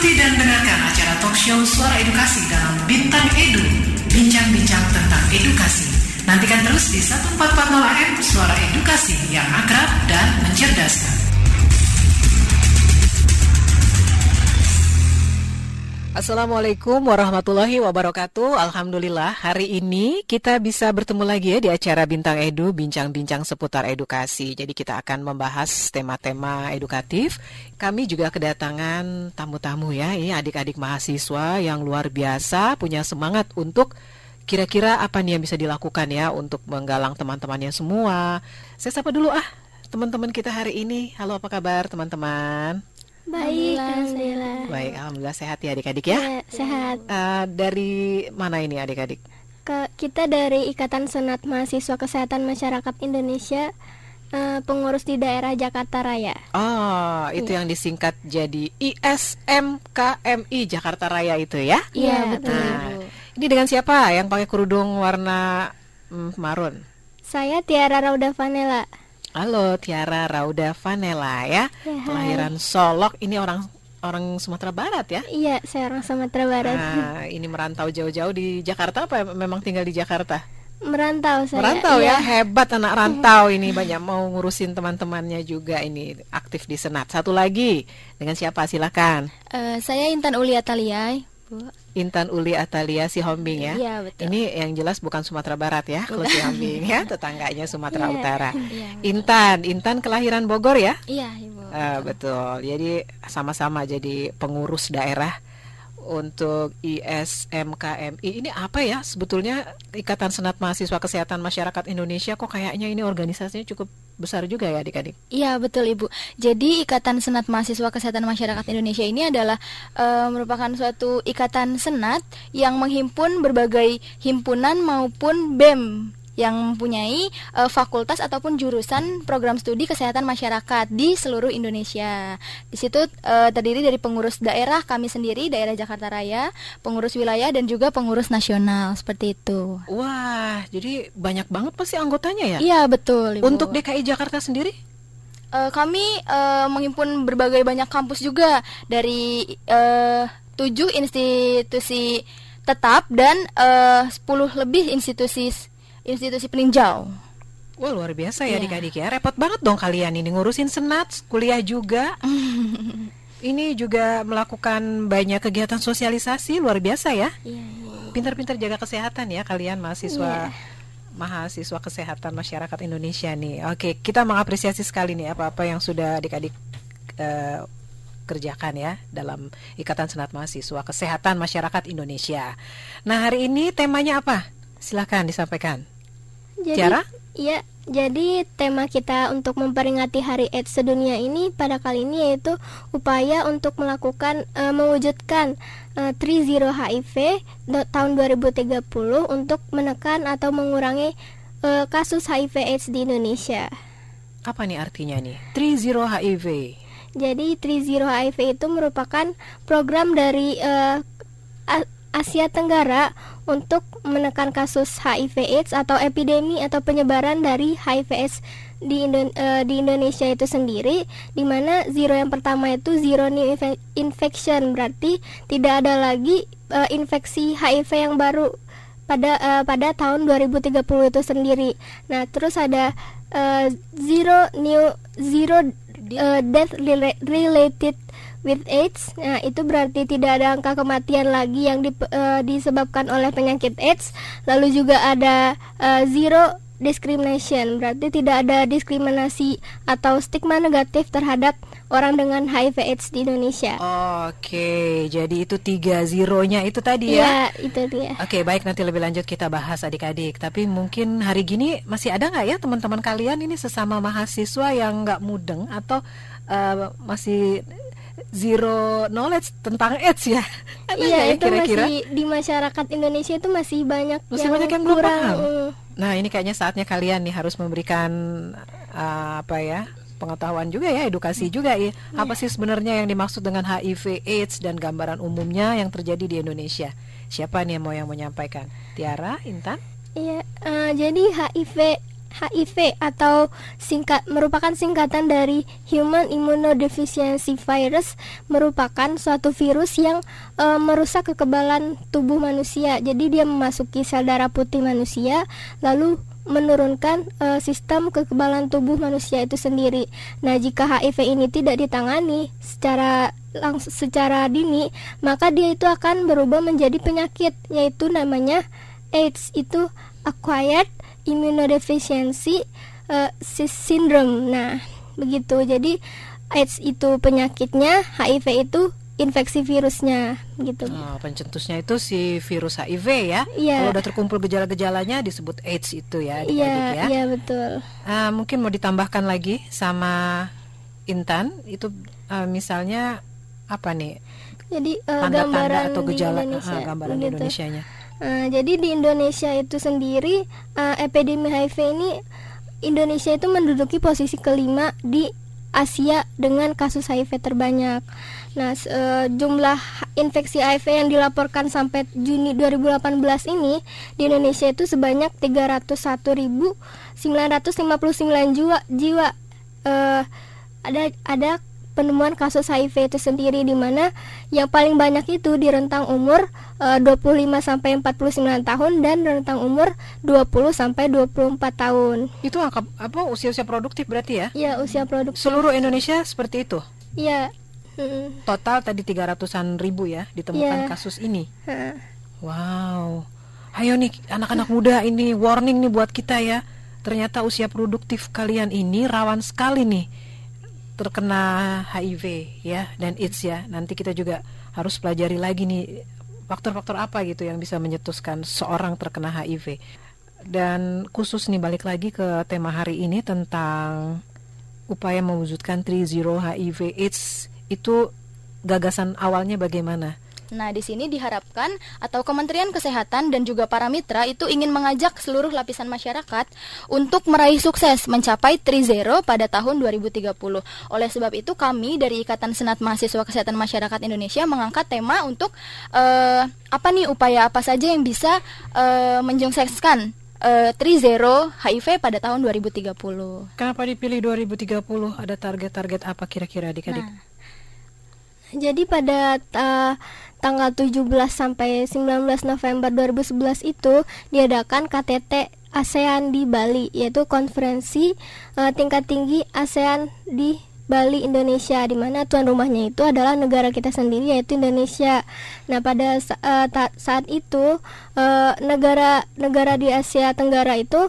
Ikuti dan dengarkan acara talk show Suara Edukasi dalam Bintang Edu, bincang-bincang tentang edukasi. Nantikan terus di 1440 AM Suara Edukasi yang akrab dan mencerdaskan. Assalamualaikum warahmatullahi wabarakatuh. Alhamdulillah hari ini kita bisa bertemu lagi ya di acara Bintang Edu, bincang-bincang seputar edukasi. Jadi kita akan membahas tema-tema edukatif. Kami juga kedatangan tamu-tamu ya, ini adik-adik mahasiswa yang luar biasa, punya semangat untuk kira-kira apa nih yang bisa dilakukan ya untuk menggalang teman-temannya semua. Saya sapa dulu teman-teman kita hari ini. Halo, apa kabar teman-teman? Baik, alhamdulillah. Baik, alhamdulillah sehat ya adik-adik ya? Ya, sehat. Dari mana ini adik-adik? Kita dari Ikatan Senat Mahasiswa Kesehatan Masyarakat Indonesia, pengurus di daerah Jakarta Raya. Oh, itu yang disingkat jadi ISMKMI Jakarta Raya itu ya? Iya, betul. Nah, ini dengan siapa yang pakai kerudung warna marun? Saya Tiara Rauda Vanela. Halo, Tiara Rauda Vanela ya. Kelahiran Solok, ini orang Sumatera Barat ya? Iya, saya orang Sumatera Barat. Nah, ini merantau jauh-jauh di Jakarta apa memang tinggal di Jakarta? Merantau saya. Merantau ya, hebat anak rantau ini, banyak mau ngurusin teman-temannya juga, ini aktif di Senat. Satu lagi, dengan siapa silakan? Saya Intan Uli Atalia, Bu. Intan Uli Atalia si Hombing ya. Iya, betul. Ini yang jelas bukan Sumatera Barat ya, kalau si Hombing ya, tetangganya Sumatera Utara. Iya, Intan kelahiran Bogor ya? Iya, Ibu. Betul. Jadi sama-sama jadi pengurus daerah untuk ISMKMI. Ini apa ya sebetulnya, Ikatan Senat Mahasiswa Kesehatan Masyarakat Indonesia? Kok kayaknya ini organisasinya cukup besar juga ya adik-adik? Iya, betul Ibu. Jadi Ikatan Senat Mahasiswa Kesehatan Masyarakat Indonesia ini adalah merupakan suatu ikatan senat yang menghimpun berbagai himpunan maupun BEM yang mempunyai fakultas ataupun jurusan program studi kesehatan masyarakat di seluruh Indonesia. Di situ terdiri dari pengurus daerah kami sendiri, daerah Jakarta Raya, pengurus wilayah dan juga pengurus nasional, seperti itu. Wah, jadi banyak banget pasti anggotanya ya? Iya, betul Ibu. Untuk DKI Jakarta sendiri? Kami menghimpun berbagai banyak kampus juga dari 7 institusi tetap dan 10 lebih institusi peninjau. Wah, luar biasa ya adik-adik ya. Repot banget dong kalian ini ngurusin senat, kuliah juga. Ini juga melakukan banyak kegiatan sosialisasi, luar biasa ya. Iya. Pintar-pintar jaga kesehatan ya kalian mahasiswa kesehatan masyarakat Indonesia nih. Oke, kita mengapresiasi sekali nih apa-apa yang sudah adik-adik kerjakan ya dalam Ikatan Senat Mahasiswa Kesehatan Masyarakat Indonesia. Nah, hari ini temanya apa? Silakan disampaikan. Tiara? Iya, jadi tema kita untuk memperingati Hari AIDS sedunia ini pada kali ini yaitu upaya untuk mewujudkan 3-0 HIV tahun 2030 untuk menekan atau mengurangi kasus HIV AIDS di Indonesia. Apa nih artinya nih? 3-0 HIV. Jadi 3-0 HIV itu merupakan program dari Asia Tenggara untuk menekan kasus HIV/AIDS atau epidemi atau penyebaran dari HIV/AIDS di Indonesia itu sendiri, di mana zero yang pertama itu zero new infection, berarti tidak ada lagi infeksi HIV yang baru pada tahun 2030 itu sendiri. Nah, terus ada zero death related with AIDS. Nah, itu berarti tidak ada angka kematian lagi yang disebabkan oleh penyakit AIDS. Lalu juga ada zero discrimination, berarti tidak ada diskriminasi atau stigma negatif terhadap orang dengan HIV/AIDS di Indonesia. Oke, jadi itu 3 zeronya itu tadi ya? Iya, itu dia. Oke, baik, nanti lebih lanjut kita bahas adik-adik. Tapi mungkin hari gini masih ada nggak ya teman-teman kalian ini sesama mahasiswa yang nggak mudeng atau masih zero knowledge tentang AIDS ya? Iya, itu kira-kira? Masih di masyarakat Indonesia itu masih banyak yang belum kurang paham. Nah, ini kayaknya saatnya kalian nih harus memberikan pengetahuan juga ya, edukasi juga ya. Apa sih sebenarnya yang dimaksud dengan HIV/AIDS dan gambaran umumnya yang terjadi di Indonesia? Siapa nih yang mau menyampaikan? Tiara, Intan? Iya, jadi HIV HIV atau merupakan singkatan dari Human Immunodeficiency Virus, merupakan suatu virus yang merusak kekebalan tubuh manusia. Jadi dia memasuki sel darah putih manusia lalu menurunkan sistem kekebalan tubuh manusia itu sendiri. Nah, jika HIV ini tidak ditangani secara dini, maka dia itu akan berubah menjadi penyakit, yaitu namanya AIDS, itu Acquired Immunodeficiency Syndrome. Nah, begitu. Jadi AIDS itu penyakitnya, HIV itu infeksi virusnya gitu. Pencetusnya itu si virus HIV ya. Iya. Kalau udah terkumpul gejala-gejalanya disebut AIDS itu ya, adik-adik ya. Iya, betul. Mungkin mau ditambahkan lagi sama Intan itu misalnya apa nih? Jadi tanda-tanda atau gejala gitu. gambaran di Indonesianya. Jadi di Indonesia itu sendiri epidemi HIV ini Indonesia itu menduduki posisi kelima di Asia dengan kasus HIV terbanyak. Nah, jumlah infeksi HIV yang dilaporkan sampai Juni 2018 ini di Indonesia itu sebanyak 301.959 jiwa. Ada penemuan kasus HIV itu sendiri, di mana yang paling banyak itu di rentang umur 25 sampai 49 tahun dan rentang umur 20 sampai 24 tahun. Itu angka usia-usia produktif berarti ya? Iya, usia produktif. Seluruh Indonesia seperti itu? Iya. Total tadi 300-an ribu ya ditemukan kasus ini. Wow. Ayo nih anak-anak muda, ini warning nih buat kita ya. Ternyata usia produktif kalian ini rawan sekali nih terkena HIV ya dan AIDS ya. Nanti kita juga harus pelajari lagi nih faktor-faktor apa gitu yang bisa menyetuskan seorang terkena HIV. Dan khusus nih balik lagi ke tema hari ini tentang upaya mewujudkan 3-0 HIV AIDS, itu gagasan awalnya bagaimana? Nah, di sini diharapkan atau Kementerian Kesehatan dan juga para mitra itu ingin mengajak seluruh lapisan masyarakat untuk meraih sukses mencapai 3-0 pada tahun 2030. Oleh sebab itu kami dari Ikatan Senat Mahasiswa Kesehatan Masyarakat Indonesia mengangkat tema untuk upaya apa saja yang bisa mensukseskan 3-0 HIV pada tahun 2030. Kenapa dipilih 2030? Ada target-target apa kira-kira adik-adik? Jadi pada tanggal 17 sampai 19 November 2011 itu diadakan KTT ASEAN di Bali, yaitu konferensi tingkat tinggi ASEAN di Bali, Indonesia, di mana tuan rumahnya itu adalah negara kita sendiri, yaitu Indonesia. Nah, pada saat itu negara di Asia Tenggara itu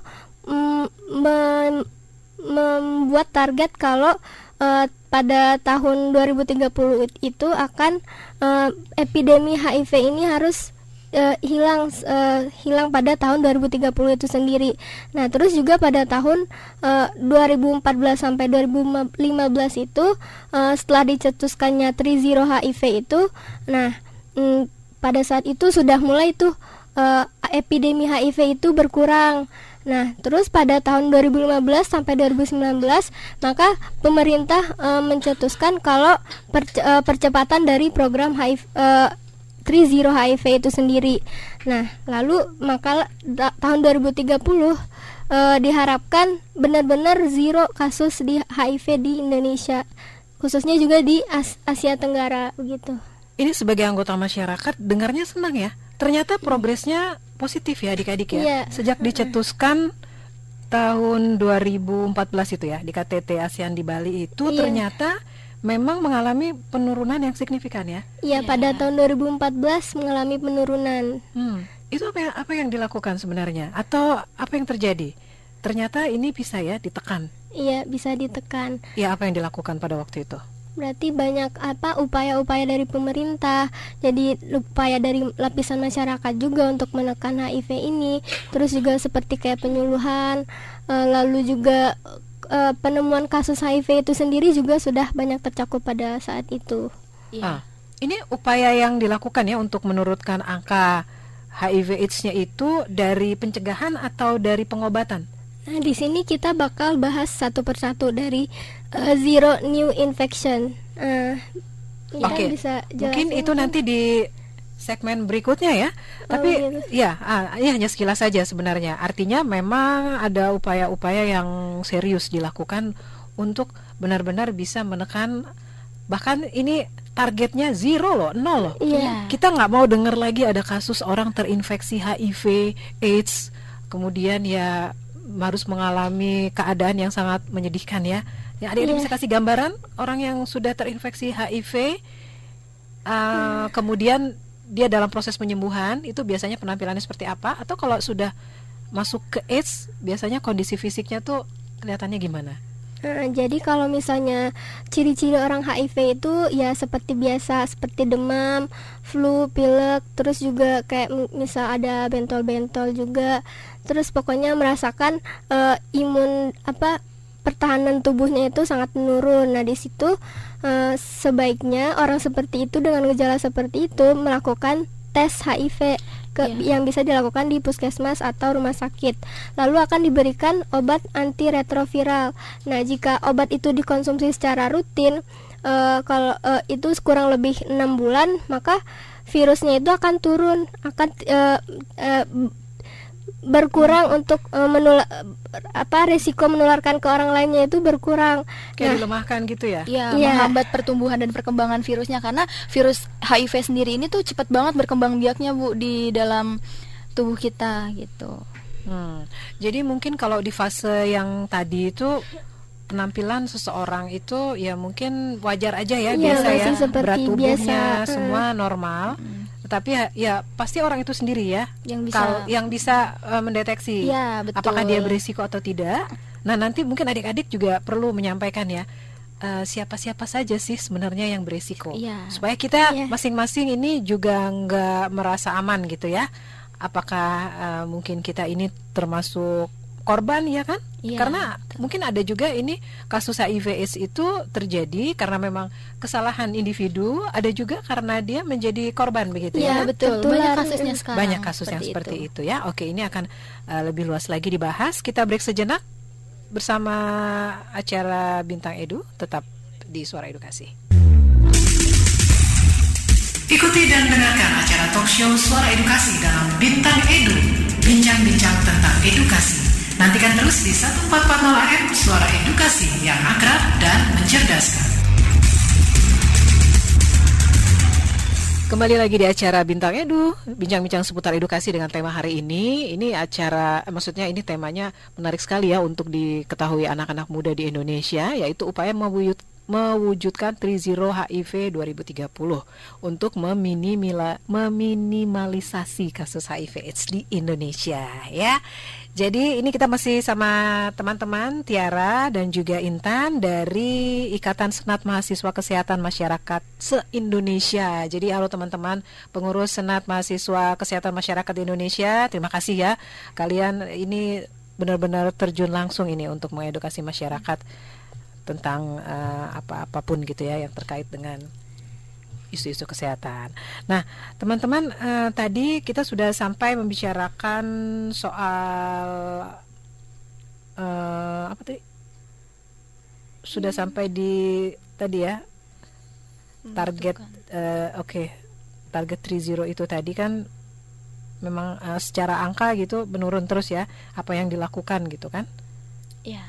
membuat target kalau pada tahun 2030 itu akan epidemi HIV ini harus hilang pada tahun 2030 itu sendiri. Nah, terus juga pada tahun 2014 sampai 2015 itu setelah dicetuskannya 3-0 HIV itu, nah pada saat itu sudah mulai tuh epidemi HIV itu berkurang. Nah, terus pada tahun 2015 sampai 2019 maka pemerintah mencetuskan kalau percepatan dari program HIV 3-0 HIV itu sendiri. Nah, lalu maka tahun 2030 diharapkan benar-benar zero kasus di HIV di Indonesia, khususnya juga di Asia Tenggara begitu. Ini sebagai anggota masyarakat dengarnya senang ya. Ternyata progresnya positif ya adik-adik ya. Yeah. Sejak dicetuskan tahun 2014 itu ya di KTT ASEAN di Bali itu ternyata memang mengalami penurunan yang signifikan ya. Iya, pada tahun 2014 mengalami penurunan. Itu apa yang dilakukan sebenarnya atau apa yang terjadi? Ternyata ini bisa ya ditekan. Iya, bisa ditekan. Ya, apa yang dilakukan pada waktu itu? Berarti banyak upaya-upaya dari pemerintah, jadi upaya dari lapisan masyarakat juga untuk menekan HIV ini. Terus juga seperti kayak penyuluhan, lalu juga penemuan kasus HIV itu sendiri juga sudah banyak tercakup pada saat itu. Ini upaya yang dilakukan ya untuk menurunkan angka HIV AIDS-nya itu dari pencegahan atau dari pengobatan? Nah, di sini kita bakal bahas satu persatu dari zero new infection. Oke. Bisa jelasin, mungkin itu nanti segmen berikutnya ya. Tapi gitu. ya, ini hanya sekilas saja sebenarnya. Artinya memang ada upaya-upaya yang serius dilakukan untuk benar-benar bisa menekan, bahkan ini targetnya 0 loh, 0 loh. Iya. Kita nggak mau dengar lagi ada kasus orang terinfeksi HIV, AIDS, kemudian ya harus mengalami keadaan yang sangat menyedihkan ya. Ya, adik-adik bisa kasih gambaran orang yang sudah terinfeksi HIV, kemudian dia dalam proses penyembuhan itu biasanya penampilannya seperti apa? Atau kalau sudah masuk ke AIDS biasanya kondisi fisiknya tuh kelihatannya gimana? Jadi kalau misalnya ciri-ciri orang HIV itu ya seperti biasa, seperti demam, flu, pilek, terus juga kayak misal ada bentol-bentol juga, terus pokoknya merasakan pertahanan tubuhnya itu sangat menurun. Nah di situ sebaiknya orang seperti itu dengan gejala seperti itu melakukan tes HIV yang bisa dilakukan di puskesmas atau rumah sakit. Lalu akan diberikan obat antiretroviral. Nah jika obat itu dikonsumsi secara rutin, kalau itu kurang lebih 6 bulan, maka virusnya itu akan turun, akan berkurang untuk resiko menularkan ke orang lainnya itu berkurang. Kayak dilemahkan gitu ya? Iya, menghambat pertumbuhan dan perkembangan virusnya, karena virus HIV sendiri ini tuh cepat banget berkembang biaknya Bu di dalam tubuh kita gitu. Jadi mungkin kalau di fase yang tadi itu penampilan seseorang itu ya mungkin wajar aja ya, biasa ya, berat tubuhnya semua normal. Tapi ya pasti orang itu sendiri ya yang bisa mendeteksi apakah dia berisiko atau tidak. Nah nanti mungkin adik-adik juga perlu menyampaikan ya siapa-siapa saja sih sebenarnya yang berisiko, supaya kita masing-masing ini juga nggak merasa aman gitu ya. Apakah mungkin kita ini termasuk korban ya kan? Karena mungkin ada juga ini kasus HIV/AIDS itu terjadi karena memang kesalahan individu, ada juga karena dia menjadi korban begitu ya. Betul. Banyak kasusnya sekarang. Banyak kasus yang seperti itu ya. Oke, ini akan lebih luas lagi dibahas. Kita break sejenak bersama acara Bintang Edu, tetap di Suara Edukasi. Ikuti dan dengarkan acara talkshow Suara Edukasi dalam Bintang Edu, bincang-bincang tentang edukasi. Nantikan terus di 1440 AM Suara Edukasi yang akrab dan mencerdaskan. Kembali lagi di acara Bintang Edu, bincang-bincang seputar edukasi dengan tema hari ini. Ini acara, maksudnya ini temanya menarik sekali ya untuk diketahui anak-anak muda di Indonesia, yaitu upaya mewujudkan Trizero HIV 2030 untuk meminimalisasi kasus HIV/AIDS di Indonesia ya. Jadi ini kita masih sama teman-teman Tiara dan juga Intan dari Ikatan Senat Mahasiswa Kesehatan Masyarakat se-Indonesia. Jadi halo teman-teman pengurus Senat Mahasiswa Kesehatan Masyarakat Indonesia, terima kasih ya. Kalian ini benar-benar terjun langsung ini untuk mengedukasi masyarakat tentang apapun gitu ya yang terkait dengan isu-isu kesehatan. Nah, teman-teman, tadi kita sudah sampai membicarakan soal apa tadi? Sudah sampai di tadi ya target, target Trizero itu tadi kan memang secara angka gitu menurun terus ya, apa yang dilakukan gitu kan? Iya.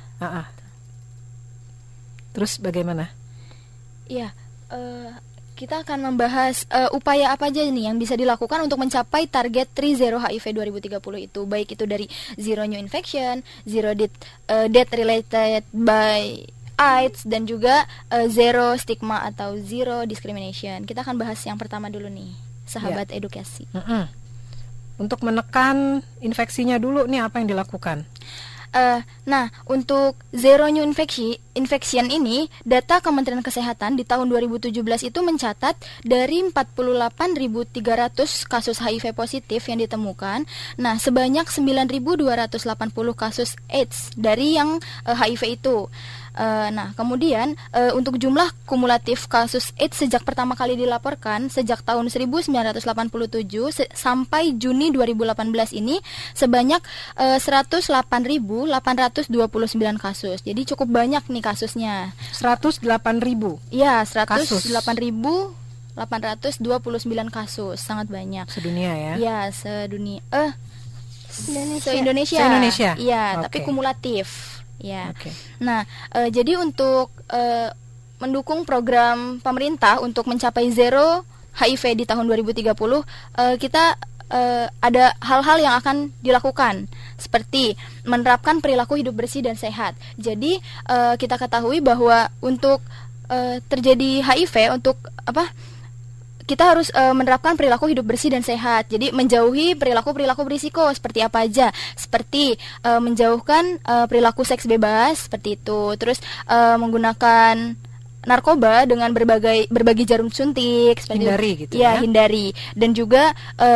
Terus bagaimana? Iya. Kita akan membahas upaya apa aja nih yang bisa dilakukan untuk mencapai target Trizero HIV 2030 itu, baik itu dari zero new infection, zero death related by AIDS, dan juga zero stigma atau zero discrimination. Kita akan bahas yang pertama dulu nih, sahabat edukasi. Untuk menekan infeksinya dulu nih apa yang dilakukan? Nah, untuk zero new infection ini, data Kementerian Kesehatan di tahun 2017 itu mencatat dari 48.300 kasus HIV positif yang ditemukan. Nah, sebanyak 9.280 kasus AIDS dari yang HIV itu. Nah, kemudian untuk jumlah kumulatif kasus AIDS sejak pertama kali dilaporkan sejak tahun 1987 sampai Juni 2018 ini sebanyak 108.829 kasus. Jadi cukup banyak nih kasusnya. 108.000. Iya, 108.000 829 kasus, sangat banyak. Sedunia ya? Ya, sedunia. Indonesia. Se-Indonesia. Iya, Okay. tapi kumulatif. Ya. Oke. Nah, jadi untuk mendukung program pemerintah untuk mencapai zero HIV di tahun 2030, kita ada hal-hal yang akan dilakukan seperti menerapkan perilaku hidup bersih dan sehat. Jadi kita ketahui bahwa untuk terjadi HIV, untuk kita harus menerapkan perilaku hidup bersih dan sehat. Jadi menjauhi perilaku-perilaku berisiko seperti apa aja, seperti menjauhkan perilaku seks bebas seperti itu. Terus menggunakan narkoba dengan berbagi jarum suntik seperti Hindari itu. gitu Ya, ya. hindari. Dan juga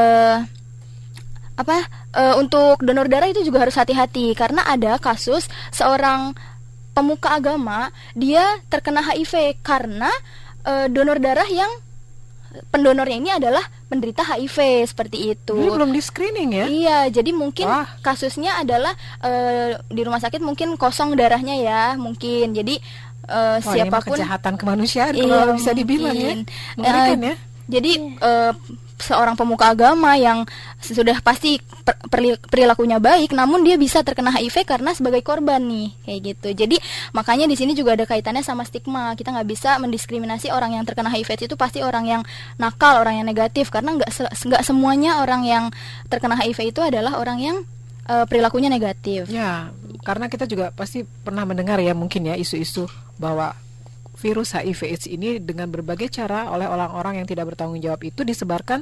untuk donor darah itu juga harus hati-hati karena ada kasus seorang pemuka agama dia terkena HIV karena donor darah yang pendonornya ini adalah penderita HIV seperti itu. Ini belum di screening ya? Iya, jadi mungkin Wah. kasusnya adalah di rumah sakit mungkin kosong darahnya ya, mungkin. Jadi Wah, ini mah siapapun kejahatan kemanusiaan Iya, kalau bisa dibilang mungkin. ya. Mengerikan ya. Jadi seorang pemuka agama yang sudah pasti perilakunya baik, namun dia bisa terkena HIV karena sebagai korban nih, kayak gitu. Jadi makanya di sini juga ada kaitannya sama stigma. Kita nggak bisa mendiskriminasi orang yang terkena HIV itu pasti orang yang nakal, orang yang negatif, karena nggak semuanya orang yang terkena HIV itu adalah orang yang perilakunya negatif. Ya, karena kita juga pasti pernah mendengar ya mungkin ya isu-isu bahwa virus HIV/AIDS ini dengan berbagai cara oleh orang-orang yang tidak bertanggung jawab itu disebarkan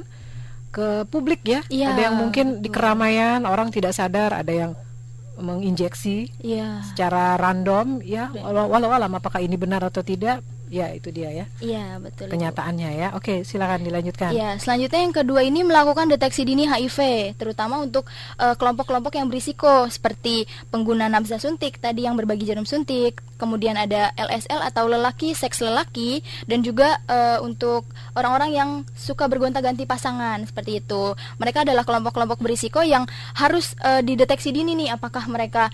ke publik ya. Iya, Ada yang mungkin di keramaian orang tidak sadar, ada yang menginjeksi Iya. secara random ya. Walau alam apakah ini benar atau tidak, ya itu dia ya Iya, betul. kenyataannya ya. Oke, silakan dilanjutkan. Ya, selanjutnya yang kedua ini melakukan deteksi dini HIV, terutama untuk kelompok-kelompok yang berisiko seperti pengguna nafza suntik tadi yang berbagi jarum suntik, kemudian ada LSL atau seks lelaki, dan juga untuk orang-orang yang suka bergonta-ganti pasangan seperti itu. Mereka adalah kelompok-kelompok berisiko yang harus dideteksi dini nih, apakah mereka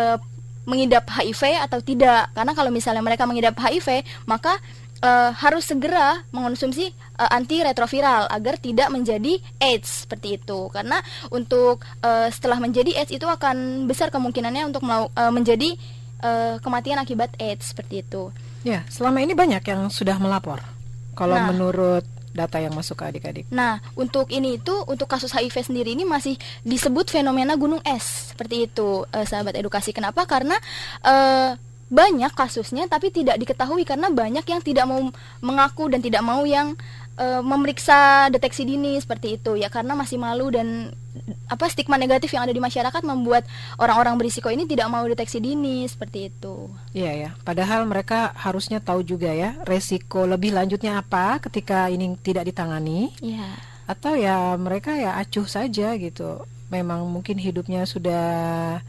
mengidap HIV atau tidak. Karena kalau misalnya mereka mengidap HIV, maka harus segera mengonsumsi antiretroviral agar tidak menjadi AIDS seperti itu. Karena untuk setelah menjadi AIDS itu akan besar kemungkinannya untuk menjadi kematian akibat AIDS seperti itu. Ya, selama ini banyak yang sudah melapor. Kalau Nah. menurut data yang masuk ke adik-adik. Nah, untuk kasus HIV sendiri ini masih disebut fenomena gunung es seperti itu, sahabat edukasi. Kenapa? Karena banyak kasusnya tapi tidak diketahui karena banyak yang tidak mau mengaku dan tidak mau yang memeriksa deteksi dini seperti itu ya, karena masih malu dan stigma negatif yang ada di masyarakat membuat orang-orang berisiko ini tidak mau deteksi dini seperti itu. Iya ya, padahal mereka harusnya tahu juga ya resiko lebih lanjutnya apa ketika ini tidak ditangani. Iya. Atau ya mereka ya acuh saja gitu. Memang mungkin hidupnya sudah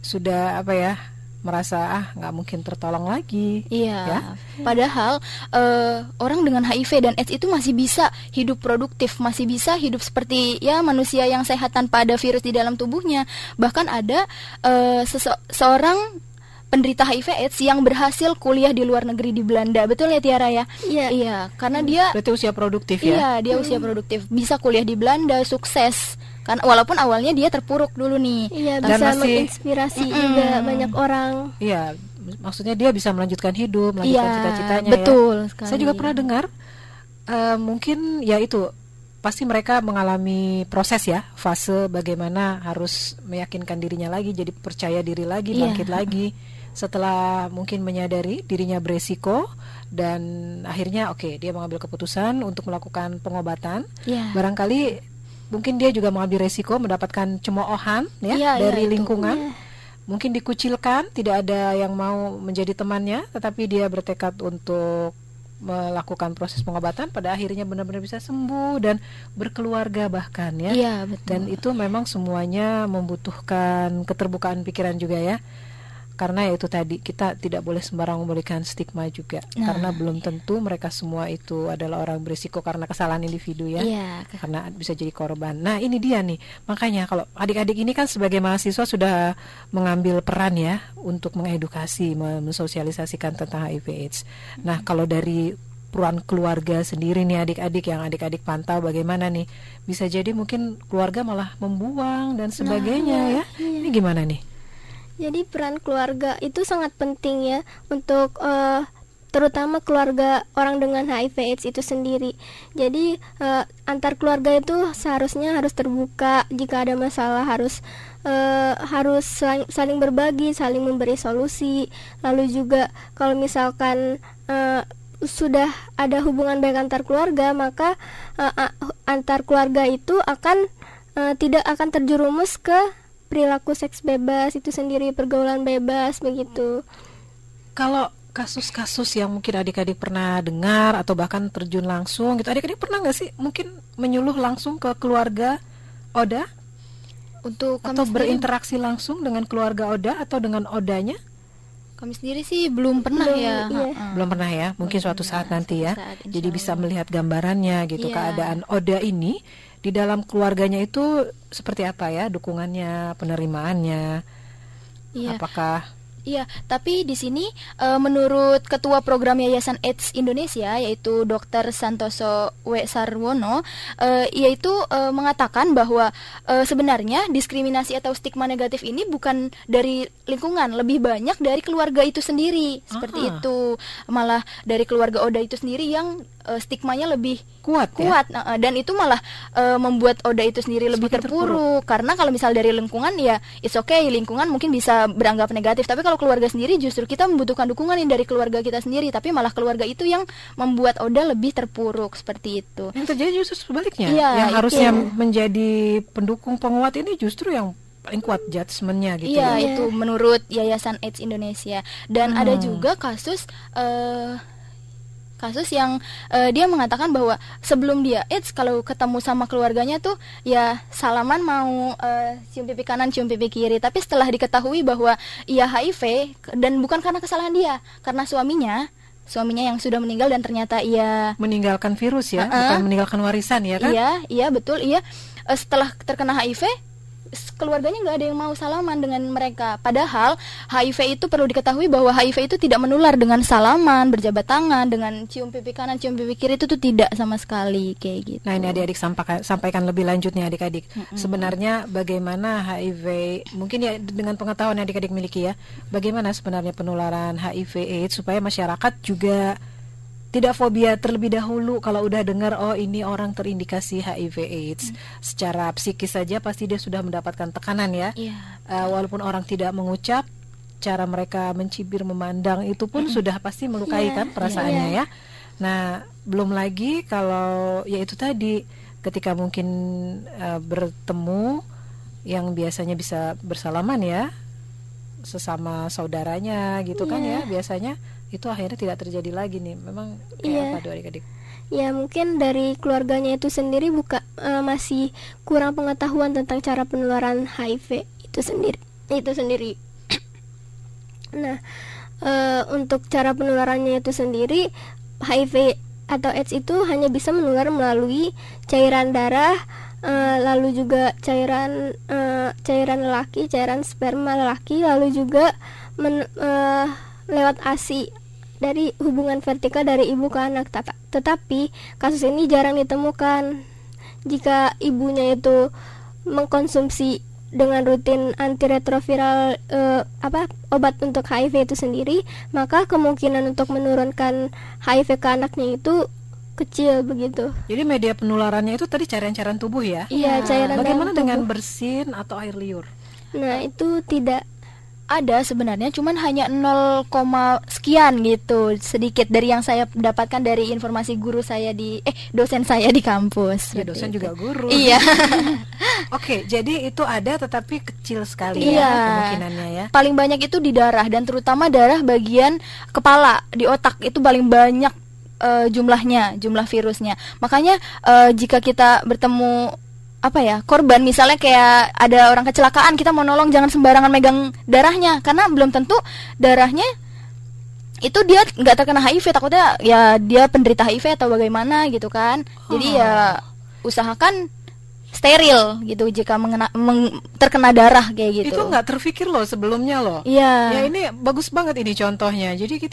merasa nggak mungkin tertolong lagi. Iya. Ya? Padahal orang dengan HIV dan AIDS itu masih bisa hidup produktif, masih bisa hidup seperti ya manusia yang sehat tanpa ada virus di dalam tubuhnya. Bahkan ada seorang penderita HIV/AIDS yang berhasil kuliah di luar negeri di Belanda. Betul ya Tiara ya? Iya. Iya, karena dia Berarti usia produktif ya. Iya, dia usia produktif, bisa kuliah di Belanda, sukses. Kan walaupun awalnya dia terpuruk dulu nih. Iya, Dan bisa masih- menginspirasi juga banyak orang. Iya, maksudnya dia bisa melanjutkan hidup, melanjutkan Iya, cita-citanya betul ya. sekali. Saya juga pernah dengar mungkin ya itu pasti mereka mengalami proses ya, fase bagaimana harus meyakinkan dirinya lagi, jadi percaya diri lagi, Iya. bangkit lagi setelah mungkin menyadari dirinya beresiko dan akhirnya dia mengambil keputusan untuk melakukan pengobatan. Iya. Barangkali mungkin dia juga mengambil resiko mendapatkan cemoohan ya Iya, dari itu. lingkungan. Mungkin dikucilkan, tidak ada yang mau menjadi temannya, tetapi dia bertekad untuk melakukan proses pengobatan, pada akhirnya benar-benar bisa sembuh dan berkeluarga bahkan ya. Iya, betul. Dan itu memang semuanya membutuhkan keterbukaan pikiran juga ya. Karena ya itu tadi, kita tidak boleh sembarang memberikan stigma juga. Nah, karena belum tentu mereka semua itu adalah orang berisiko karena kesalahan individu ya. Iya. Karena bisa jadi korban. Nah ini dia nih, makanya kalau adik-adik ini kan sebagai mahasiswa sudah mengambil peran ya untuk mengedukasi, mensosialisasikan tentang HIV/AIDS. Nah kalau dari peran keluarga sendiri nih adik-adik, yang adik-adik pantau bagaimana nih, bisa jadi mungkin keluarga malah membuang dan sebagainya ya. Ini gimana nih? Jadi peran keluarga itu sangat penting ya untuk terutama keluarga orang dengan HIV/AIDS itu sendiri. Jadi antar keluarga itu seharusnya harus terbuka. Jika ada masalah harus saling berbagi, saling memberi solusi. Lalu juga kalau misalkan sudah ada hubungan baik antar keluarga, maka antar keluarga itu akan tidak akan terjerumus ke perilaku seks bebas itu sendiri, pergaulan bebas begitu. Kalau kasus-kasus yang mungkin adik-adik pernah dengar atau bahkan terjun langsung gitu, adik-adik pernah nggak sih mungkin menyuluh langsung ke keluarga Oda? Untuk atau berinteraksi langsung dengan keluarga Oda atau dengan Odanya? Kami sendiri sih belum pernah ya. Belum pernah ya, mungkin suatu saat nanti ya. Jadi bisa melihat gambarannya gitu, keadaan Oda ini di dalam keluarganya itu seperti apa ya, dukungannya, penerimaannya. Apakah Iya, tapi di sini menurut Ketua Program Yayasan AIDS Indonesia, yaitu Dr. Santoso W. Sarwono, yaitu mengatakan bahwa sebenarnya diskriminasi atau stigma negatif ini bukan dari lingkungan, lebih banyak dari keluarga itu sendiri, seperti itu. Malah dari keluarga Oda itu sendiri yang stigmanya lebih kuat ya? Dan itu malah membuat Oda itu sendiri lebih terpuruk. Karena kalau misal dari lingkungan ya it's okay, lingkungan mungkin bisa beranggap negatif, tapi kalau keluarga sendiri justru kita membutuhkan dukungan yang dari keluarga kita sendiri, tapi malah keluarga itu yang membuat Oda lebih terpuruk, seperti itu. Yang terjadi justru sebaliknya, yang harusnya menjadi pendukung penguat ini justru yang paling kuat judgementnya gitu. Iya, itu menurut Yayasan AIDS Indonesia. Dan ada juga kasus yang dia mengatakan bahwa sebelum dia AIDS, kalau ketemu sama keluarganya tuh ya salaman, mau cium pipi kanan, cium pipi kiri. Tapi setelah diketahui bahwa ia HIV, dan bukan karena kesalahan dia, karena suaminya yang sudah meninggal, dan ternyata ia meninggalkan virus ya, bukan meninggalkan warisan ya kan? Iya betul. Setelah terkena HIV, keluarganya nggak ada yang mau salaman dengan mereka. Padahal HIV itu perlu diketahui bahwa HIV itu tidak menular dengan salaman, berjabat tangan, dengan cium pipi kanan, cium pipi kiri, itu tuh tidak sama sekali kayak gitu. Nah, ini adik-adik sampaikan lebih lanjut nih adik-adik. Sebenarnya bagaimana HIV, mungkin ya dengan pengetahuan yang adik-adik miliki ya, bagaimana sebenarnya penularan HIV/AIDS supaya masyarakat juga tidak fobia terlebih dahulu kalau udah dengar ini orang terindikasi HIV/AIDS. Secara psikis saja pasti dia sudah mendapatkan tekanan ya. Walaupun orang tidak mengucap, cara mereka mencibir, memandang itu pun sudah pasti melukai kan perasaannya ya. Nah, belum lagi kalau ya itu tadi, ketika mungkin bertemu yang biasanya bisa bersalaman ya, sesama saudaranya gitu kan ya, biasanya itu akhirnya tidak terjadi lagi nih. Memang kayak apa tuh adik-adik? Ya mungkin dari keluarganya itu sendiri masih kurang pengetahuan tentang cara penularan HIV itu sendiri. Nah, untuk cara penularannya itu sendiri, HIV atau AIDS itu hanya bisa menular melalui cairan darah, lalu juga cairan lelaki, cairan sperma lelaki, lalu juga lewat ASI dari hubungan vertikal dari ibu ke anak. Tetapi kasus ini jarang ditemukan. Jika ibunya itu mengkonsumsi dengan rutin antiretroviral obat untuk HIV itu sendiri, maka kemungkinan untuk menurunkan HIV ke anaknya itu kecil begitu. Jadi media penularannya itu tadi cairan-cairan tubuh ya? Iya, cairan. Bagaimana dengan bersin atau air liur? Nah, itu tidak ada sebenarnya, cuman hanya 0, sekian gitu, sedikit dari yang saya dapatkan dari informasi guru saya dosen saya di kampus. Ya, dosen juga guru. Iya. Oke, jadi itu ada tetapi kecil sekali ya kemungkinannya ya. Paling banyak itu di darah, dan terutama darah bagian kepala, di otak itu paling banyak jumlah virusnya. Makanya jika kita bertemu korban, misalnya kayak ada orang kecelakaan, kita mau nolong jangan sembarangan megang darahnya, karena belum tentu darahnya itu dia nggak terkena HIV, takutnya ya dia penderita HIV atau bagaimana gitu kan. Jadi ya usahakan steril gitu jika terkena darah kayak gitu. Itu nggak terpikir loh sebelumnya loh. Iya. Ya ini bagus banget ini contohnya. Jadi kita kan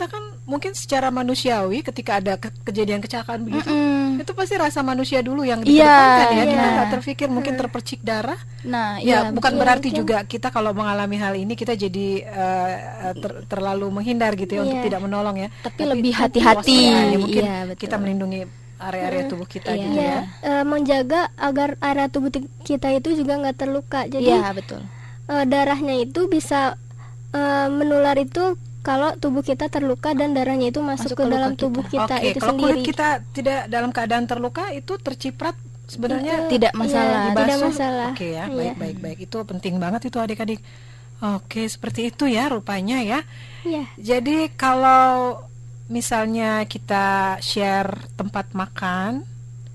mungkin secara manusiawi ketika ada kejadian kecelakaan begitu, itu pasti rasa manusia dulu yang dikedepankan ya. Kita nggak terpikir mungkin terpercik darah. Nah, ya bukan berarti juga kita kalau mengalami hal ini kita jadi terlalu menghindar gitu ya untuk tidak menolong ya. Tapi lebih hati-hati. Mungkin kita melindungi area-area tubuh kita gitu ya. Menjaga agar area tubuh kita itu juga nggak terluka. Jadi betul. Darahnya itu bisa menular itu kalau tubuh kita terluka dan darahnya itu masuk ke dalam tubuh kita itu kalau sendiri. Kulit kita tidak dalam keadaan terluka itu terciprat sebenarnya tidak masalah. Tidak masalah. Oke ya, baik. Itu penting banget itu adik-adik. Oke, seperti itu ya rupanya ya. Iya. Jadi kalau misalnya kita share tempat makan,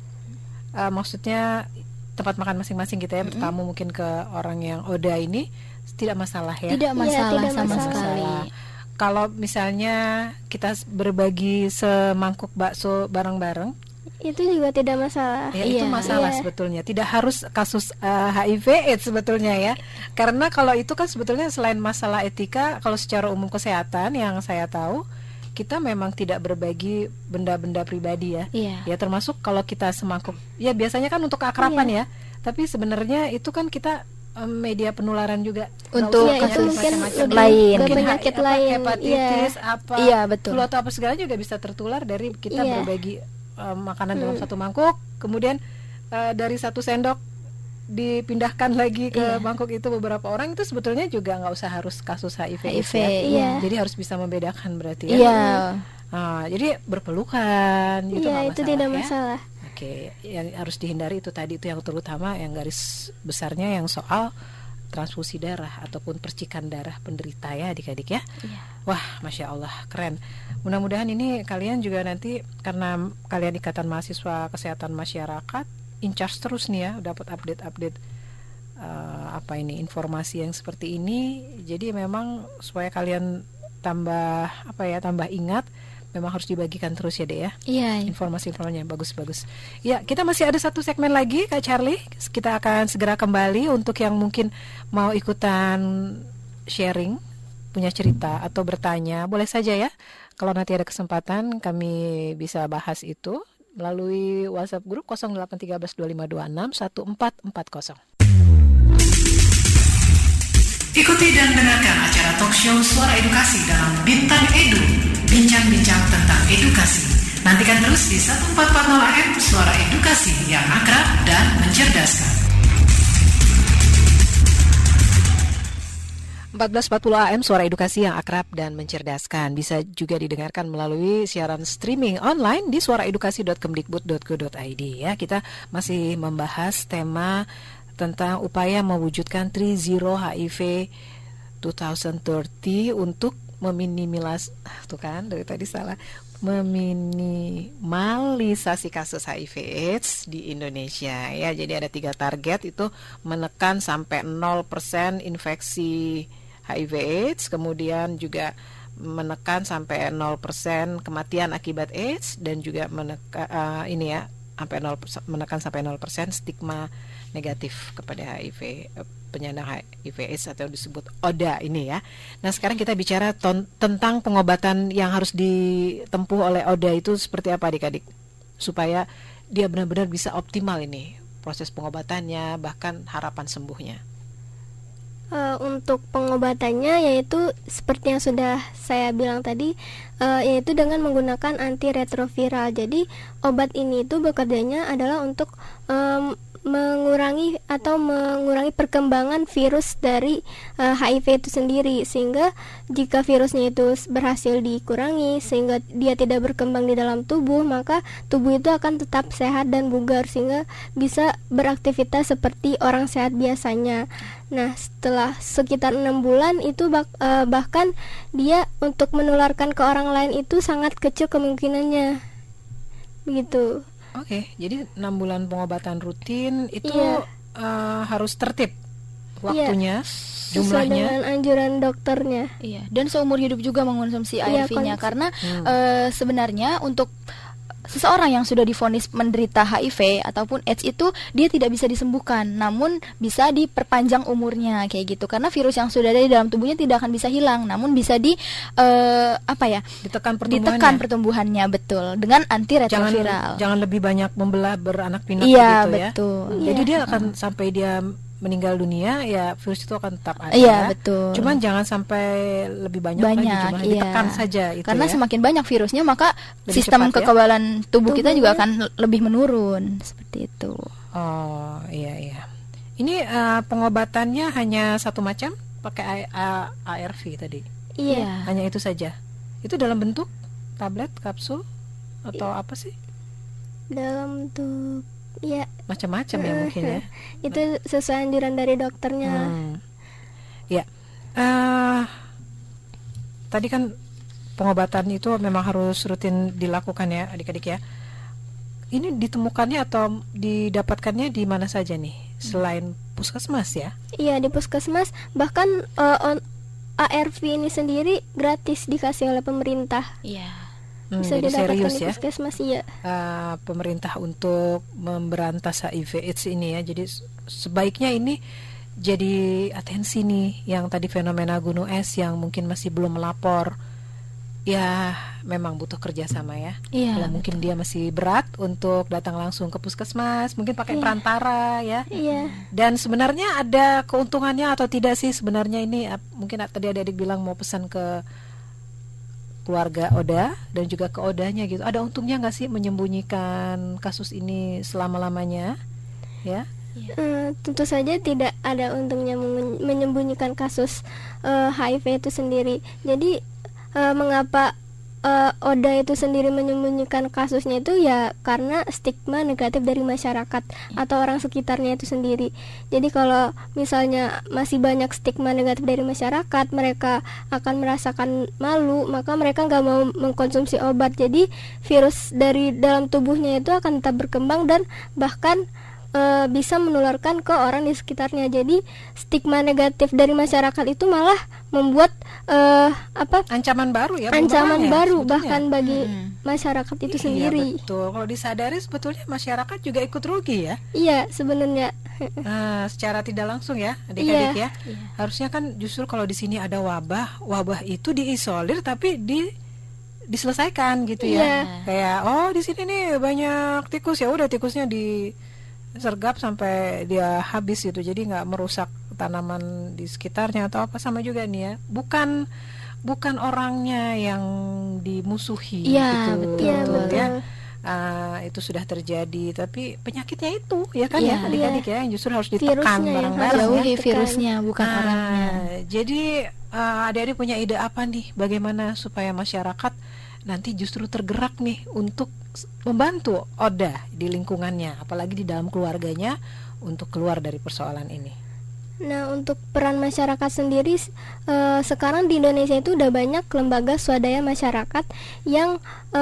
maksudnya tempat makan masing-masing kita ya, bertamu mungkin ke orang yang ODA ini tidak masalah ya. Tidak masalah sama sekali. Kalau misalnya kita berbagi semangkuk bakso bareng-bareng, itu juga tidak masalah. Ya, itu masalah sebetulnya. Tidak harus kasus HIV/AIDS sebetulnya ya. Karena kalau itu kan sebetulnya selain masalah etika, kalau secara umum kesehatan yang saya tahu, kita memang tidak berbagi benda-benda pribadi ya. Ya termasuk kalau kita semangkuk. Ya biasanya kan untuk keakraban ya. Tapi sebenarnya itu kan kita media penularan juga untuk kasus macam-macam lain, penyakit lain, hepatitis betul. flu atau apa segala juga bisa tertular dari kita berbagi makanan dalam satu mangkuk, kemudian dari satu sendok dipindahkan lagi ke mangkuk itu beberapa orang, itu sebetulnya juga nggak usah harus kasus HIV ya. Jadi harus bisa membedakan berarti ya. Jadi berpelukan itu tidak masalah. Oke, yang harus dihindari itu tadi, itu yang terutama yang garis besarnya yang soal transfusi darah ataupun percikan darah penderita ya adik-adik ya. Wah, Masya Allah, keren. Mudah-mudahan ini kalian juga nanti, karena kalian Ikatan Mahasiswa Kesehatan Masyarakat, in charge terus nih ya, dapat update-update informasi yang seperti ini. Jadi memang supaya kalian tambah ingat, memang harus dibagikan terus ya Dek ya. Informasi-informasinya bagus-bagus. Ya, kita masih ada satu segmen lagi Kak Charlie. Kita akan segera kembali untuk yang mungkin mau ikutan sharing, punya cerita atau bertanya, boleh saja ya. Kalau nanti ada kesempatan kami bisa bahas itu melalui WhatsApp grup 081325261440. Ikuti dan dengarkan acara talkshow Suara Edukasi dalam Bintang Edu, bincang-bincang tentang edukasi. Nantikan terus di 1440 AM Suara Edukasi yang akrab dan mencerdaskan. 1440 AM Suara Edukasi yang akrab dan mencerdaskan. Bisa juga didengarkan melalui siaran streaming online di suaraedukasi.kemdikbud.go.id ya. Kita masih membahas tema tentang upaya mewujudkan 3-0 HIV 2030 untuk meminimalisasi kasus HIV/AIDS di Indonesia ya. Jadi ada 3 target, itu menekan sampai 0% infeksi HIV/AIDS, kemudian juga menekan sampai 0% kematian akibat AIDS, dan juga menekan sampai 0% stigma negatif kepada HIV, penyandang HIV/AIDS atau disebut ODA ini ya. Nah sekarang kita bicara tentang pengobatan yang harus ditempuh oleh ODA itu seperti apa adik-adik, supaya dia benar-benar bisa optimal ini proses pengobatannya, bahkan harapan sembuhnya. Untuk pengobatannya yaitu seperti yang sudah saya bilang tadi, yaitu dengan menggunakan antiretroviral. Jadi obat ini itu bekerjanya adalah untuk mengurangi perkembangan virus dari HIV itu sendiri, sehingga jika virusnya itu berhasil dikurangi sehingga dia tidak berkembang di dalam tubuh, maka tubuh itu akan tetap sehat dan bugar sehingga bisa beraktivitas seperti orang sehat biasanya. Nah, setelah sekitar 6 bulan itu bahkan dia untuk menularkan ke orang lain itu sangat kecil kemungkinannya. Begitu. Oke, jadi 6 bulan pengobatan rutin itu harus tertib waktunya, jumlahnya, sesuai dengan anjuran dokternya. Dan seumur hidup juga mengonsumsi ARV-nya karena sebenarnya untuk seseorang yang sudah divonis menderita HIV ataupun AIDS itu dia tidak bisa disembuhkan, namun bisa diperpanjang umurnya kayak gitu. Karena virus yang sudah ada di dalam tubuhnya tidak akan bisa hilang, namun bisa ditekan pertumbuhannya, betul, dengan antiretroviral. Jangan lebih banyak membelah beranak pinak iya, gitu ya. Betul. Jadi dia akan sampai dia meninggal dunia ya virus itu akan tetap ada. Iya, betul. Cuman jangan sampai lebih banyak lagi jumlahnya, ditekan saja itu. Karena ya. Semakin banyak virusnya maka lebih sistem cepat, kekebalan tubuh kita juga akan lebih menurun seperti itu. Oh, iya. Ini pengobatannya hanya satu macam, pakai ARV tadi. Iya. Hanya itu saja. Itu dalam bentuk tablet, kapsul atau apa sih? Dalam bentuk ya macam-macam ya mungkin ya. Itu sesuai anjuran dari dokternya. Ya. Tadi kan pengobatan itu memang harus rutin dilakukan ya adik-adik ya. Ini ditemukannya atau didapatkannya di mana saja nih selain puskesmas ya? Iya, di puskesmas. Bahkan ARV ini sendiri gratis dikasih oleh pemerintah. Iya. Bisa jadi didapatkan serius di ya puskesmas, iya. Pemerintah untuk memberantas HIV/AIDS ini ya. Jadi sebaiknya ini jadi atensi nih yang tadi fenomena gunung es yang mungkin masih belum melapor. Ya memang butuh kerjasama ya. Iya, kalau mungkin dia masih berat untuk datang langsung ke puskesmas, mungkin pakai perantara ya. Iya. Dan sebenarnya ada keuntungannya atau tidak sih sebenarnya ini? Mungkin tadi adik-adik bilang mau pesan ke keluarga Oda dan juga ke Odanya gitu. Ada untungnya nggak sih menyembunyikan kasus ini selama-lamanya? Ya. Tentu saja tidak ada untungnya menyembunyikan kasus HIV itu sendiri. Jadi mengapa Oda itu sendiri menyembunyikan kasusnya itu ya karena stigma negatif dari masyarakat atau orang sekitarnya itu sendiri. Jadi kalau misalnya masih banyak stigma negatif dari masyarakat, mereka akan merasakan malu, maka mereka nggak mau mengkonsumsi obat. Jadi virus dari dalam tubuhnya itu akan tetap berkembang dan bahkan bisa menularkan ke orang di sekitarnya. Jadi stigma negatif dari masyarakat itu malah membuat ancaman baru ya, ancaman baru sebetulnya. Bahkan bagi masyarakat itu sendiri. Betul. Kalau disadari sebetulnya masyarakat juga ikut rugi ya. Iya, sebenarnya. Secara tidak langsung ya, adik-adik ya. Harusnya kan justru kalau di sini ada wabah itu diisolir tapi diselesaikan gitu ya. Kayak di sini nih banyak tikus, ya udah tikusnya disergap sampai dia habis gitu. Jadi nggak merusak tanaman di sekitarnya atau apa. Sama juga nih ya, bukan orangnya yang dimusuhi gitu. Betul. Ya. Itu sudah terjadi, tapi penyakitnya itu ya kan ya adik-adik ya, yang justru harus ditekan bareng-bareng. Jauhi virusnya, bukan orangnya. Jadi adik-adik punya ide apa nih, bagaimana supaya masyarakat nanti justru tergerak nih untuk membantu Oda di lingkungannya, apalagi di dalam keluarganya untuk keluar dari persoalan ini. Nah, untuk peran masyarakat sendiri, sekarang di Indonesia itu udah banyak lembaga swadaya masyarakat yang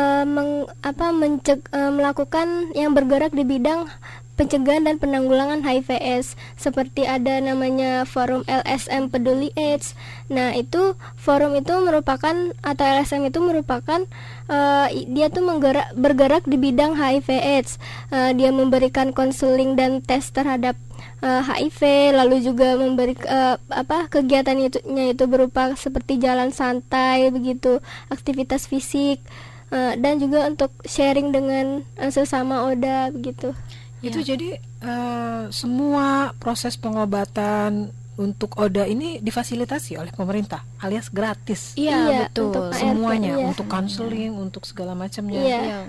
melakukan yang bergerak di bidang pencegahan dan penanggulangan HIV/AIDS. Seperti ada namanya Forum LSM Peduli AIDS. Nah, itu forum itu merupakan, atau LSM itu merupakan dia tuh bergerak di bidang HIV/AIDS. Dia memberikan konseling dan tes terhadap HIV, lalu juga memberi kegiatannya itu berupa seperti jalan santai begitu, aktivitas fisik, dan juga untuk sharing dengan sesama Oda begitu. Itu jadi semua proses pengobatan untuk Oda ini difasilitasi oleh pemerintah alias gratis. Iya, betul. Untuk semuanya, ARV, untuk konseling, untuk segala macamnya. Iya.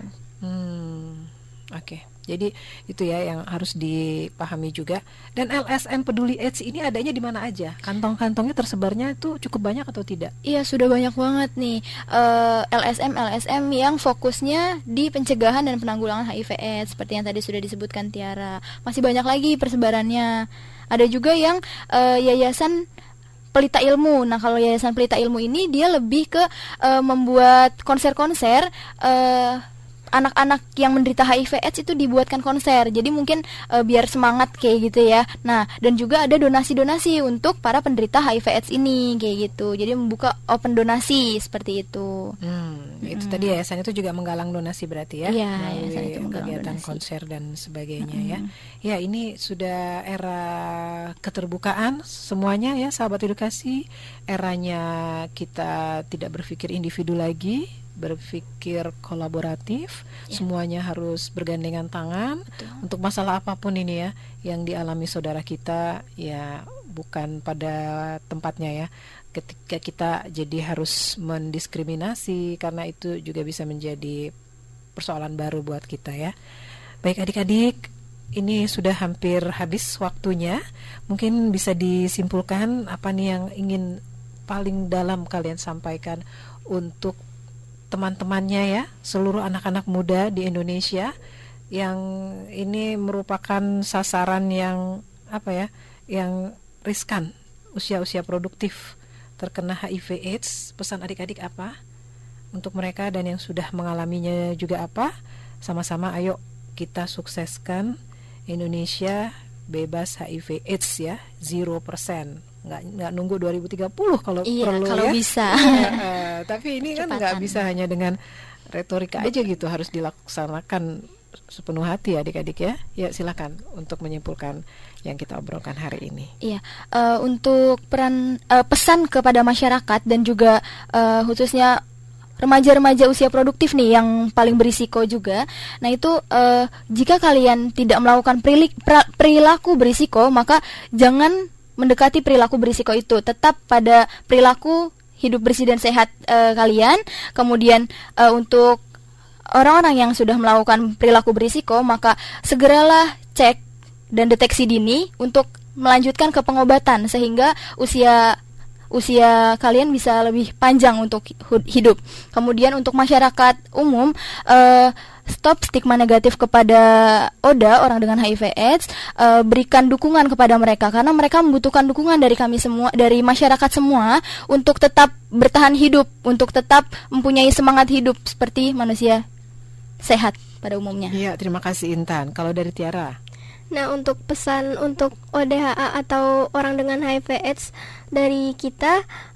Oke. Jadi itu ya yang harus dipahami juga. Dan LSM Peduli AIDS ini adanya di mana aja? Kantong-kantongnya tersebarnya itu cukup banyak atau tidak? Iya, sudah banyak banget nih LSM yang fokusnya di pencegahan dan penanggulangan HIV/AIDS seperti yang tadi sudah disebutkan Tiara. Masih banyak lagi persebarannya. Ada juga yang yayasan Pelita Ilmu. Nah, kalau Yayasan Pelita Ilmu ini dia lebih ke membuat konser-konser anak-anak yang menderita HIV/AIDS itu dibuatkan konser. Jadi mungkin biar semangat kayak gitu ya. Nah, dan juga ada donasi-donasi untuk para penderita HIV/AIDS ini kayak gitu. Jadi membuka open donasi seperti itu. Itu tadi yayasan itu juga menggalang donasi berarti ya, Iya, melalui yayasan itu menggalang kegiatan donasi. konser dan sebagainya ya. Ya, ini sudah era keterbukaan semuanya ya, sahabat edukasi. Eranya kita tidak berpikir individu lagi, berpikir kolaboratif. Semuanya harus bergandengan tangan. Untuk masalah apapun ini ya yang dialami saudara kita, ya bukan pada tempatnya ya. Ketika kita jadi harus mendiskriminasi, karena itu juga bisa menjadi persoalan baru buat kita ya. Baik adik-adik, ini sudah hampir habis waktunya. Mungkin bisa disimpulkan apa nih yang ingin paling dalam kalian sampaikan untuk teman-temannya ya, seluruh anak-anak muda di Indonesia yang ini merupakan sasaran yang yang riskan, usia-usia produktif terkena HIV/AIDS. Pesan adik-adik apa untuk mereka, dan yang sudah mengalaminya juga apa? Sama-sama ayo kita sukseskan Indonesia bebas HIV/AIDS ya, 0%. Nggak nunggu 2030 kalau perlu kalau ya. bisa. Tapi ini kan nggak bisa hanya dengan retorika aja gitu, harus dilaksanakan sepenuh hati adik-adik ya. Ya silakan untuk menyimpulkan yang kita obrolkan hari ini. Iya, untuk pesan kepada masyarakat dan juga khususnya remaja-remaja usia produktif nih yang paling berisiko juga. Nah itu jika kalian tidak melakukan perilaku berisiko, maka jangan mendekati perilaku berisiko itu. Tetap pada perilaku hidup bersih dan sehat kalian. Kemudian untuk orang-orang yang sudah melakukan perilaku berisiko, maka segeralah cek dan deteksi dini untuk melanjutkan ke pengobatan sehingga usia kalian bisa lebih panjang untuk hidup. Kemudian untuk masyarakat umum, stop stigma negatif kepada ODA, orang dengan HIV/AIDS. Berikan dukungan kepada mereka karena mereka membutuhkan dukungan dari kami semua, dari masyarakat semua, untuk tetap bertahan hidup, untuk tetap mempunyai semangat hidup seperti manusia sehat pada umumnya. Iya, terima kasih Intan. Kalau dari Tiara? Nah, untuk pesan untuk ODHA atau orang dengan HIV/AIDS dari kita,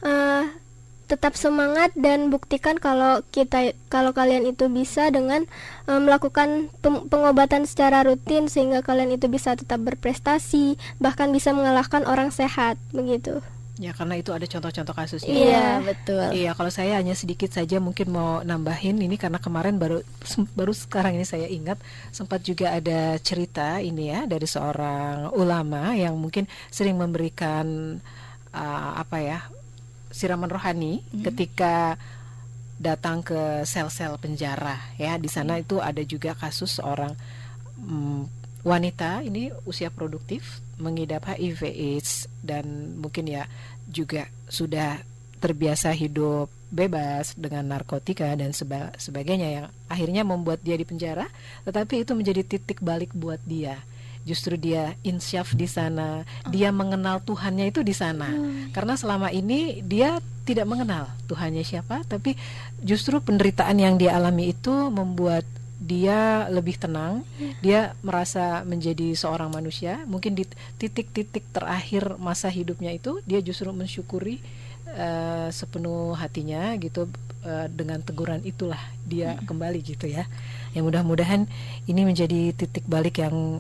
tetap semangat dan buktikan kalau kalian itu bisa dengan melakukan pengobatan secara rutin sehingga kalian itu bisa tetap berprestasi, bahkan bisa mengalahkan orang sehat begitu. Ya, karena itu ada contoh-contoh kasusnya. Iya, betul. Iya, kalau saya hanya sedikit saja mungkin mau nambahin ini, karena kemarin baru sekarang ini saya ingat sempat juga ada cerita ini ya dari seorang ulama yang mungkin sering memberikan siraman rohani ketika datang ke sel-sel penjara ya. Di sana itu ada juga kasus seorang wanita ini usia produktif mengidap HIV/AIDS dan mungkin ya juga sudah terbiasa hidup bebas dengan narkotika dan sebagainya yang akhirnya membuat dia di penjara, tetapi itu menjadi titik balik buat dia. Justru dia insyaf di sana, dia mengenal Tuhannya itu di sana. Karena selama ini dia tidak mengenal Tuhannya siapa, tapi justru penderitaan yang dia alami itu membuat dia lebih tenang. Dia merasa menjadi seorang manusia. Mungkin di titik-titik terakhir masa hidupnya itu dia justru mensyukuri sepenuh hatinya gitu. Dengan teguran itulah dia kembali gitu ya. Yang mudah-mudahan ini menjadi titik balik yang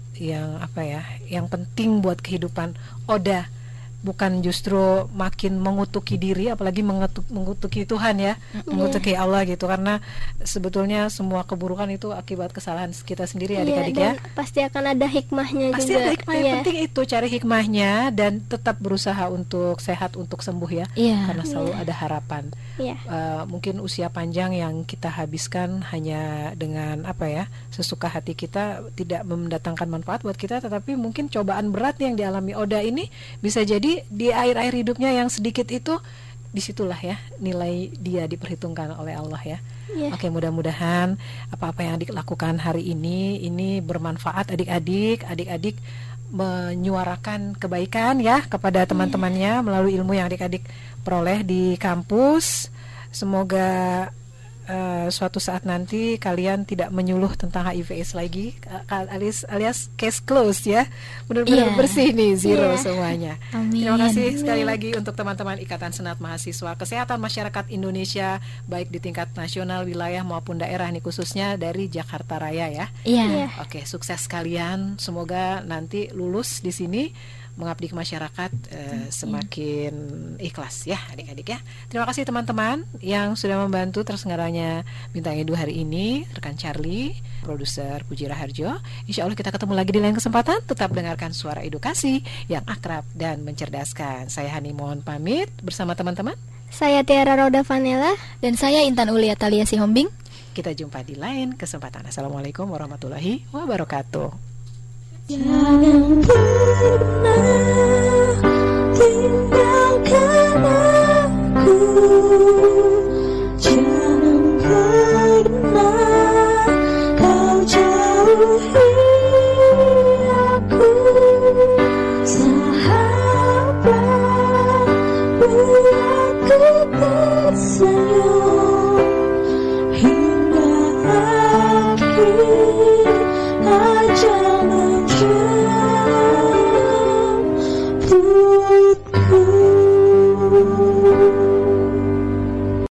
penting buat kehidupan Oda, bukan justru makin mengutuki diri, apalagi mengutuki Tuhan ya, mengutuki Allah gitu, karena sebetulnya semua keburukan itu akibat kesalahan kita sendiri adik-adik ya. Pasti akan ada hikmahnya pasti juga. Ada hikmah yang penting itu, cari hikmahnya dan tetap berusaha untuk sehat, untuk sembuh ya, karena selalu ada harapan. Mungkin usia panjang yang kita habiskan hanya dengan sesuka hati kita tidak mendatangkan manfaat buat kita, tetapi mungkin cobaan berat yang dialami Oda ini bisa jadi di akhir-akhir hidupnya yang sedikit itu, disitulah ya nilai dia diperhitungkan oleh Allah ya. Oke, mudah-mudahan apa-apa yang dilakukan hari ini bermanfaat adik-adik menyuarakan kebaikan ya kepada teman-temannya melalui ilmu yang adik-adik peroleh di kampus. Semoga suatu saat nanti kalian tidak menyuluh tentang HIV/AIDS lagi, alias case close ya, benar-benar bersih nih, zero semuanya. Amin. Terima kasih sekali lagi untuk teman-teman Ikatan Senat Mahasiswa Kesehatan Masyarakat Indonesia, baik di tingkat nasional, wilayah maupun daerah nih, khususnya dari Jakarta Raya ya. Iya. Oke, sukses kalian, semoga nanti lulus di sini mengabdi ke masyarakat semakin ikhlas ya adik-adik ya. Terima kasih teman-teman yang sudah membantu terselenggaranya Bintang Edu hari ini, rekan Charlie, produser Puji Raharjo. Insya Allah kita ketemu lagi di lain kesempatan. Tetap dengarkan suara edukasi yang akrab dan mencerdaskan. Saya Hani mohon pamit bersama teman-teman. Saya Tiara Roda Vanella. Dan saya Intan Ulia Talia Sihombing. Kita jumpa di lain kesempatan. Assalamualaikum warahmatullahi wabarakatuh. Jangan pernah tinggalkan aku, jangan pernah kau jauhi aku, sahabat, buatku tersenyum hingga akhir ajalku.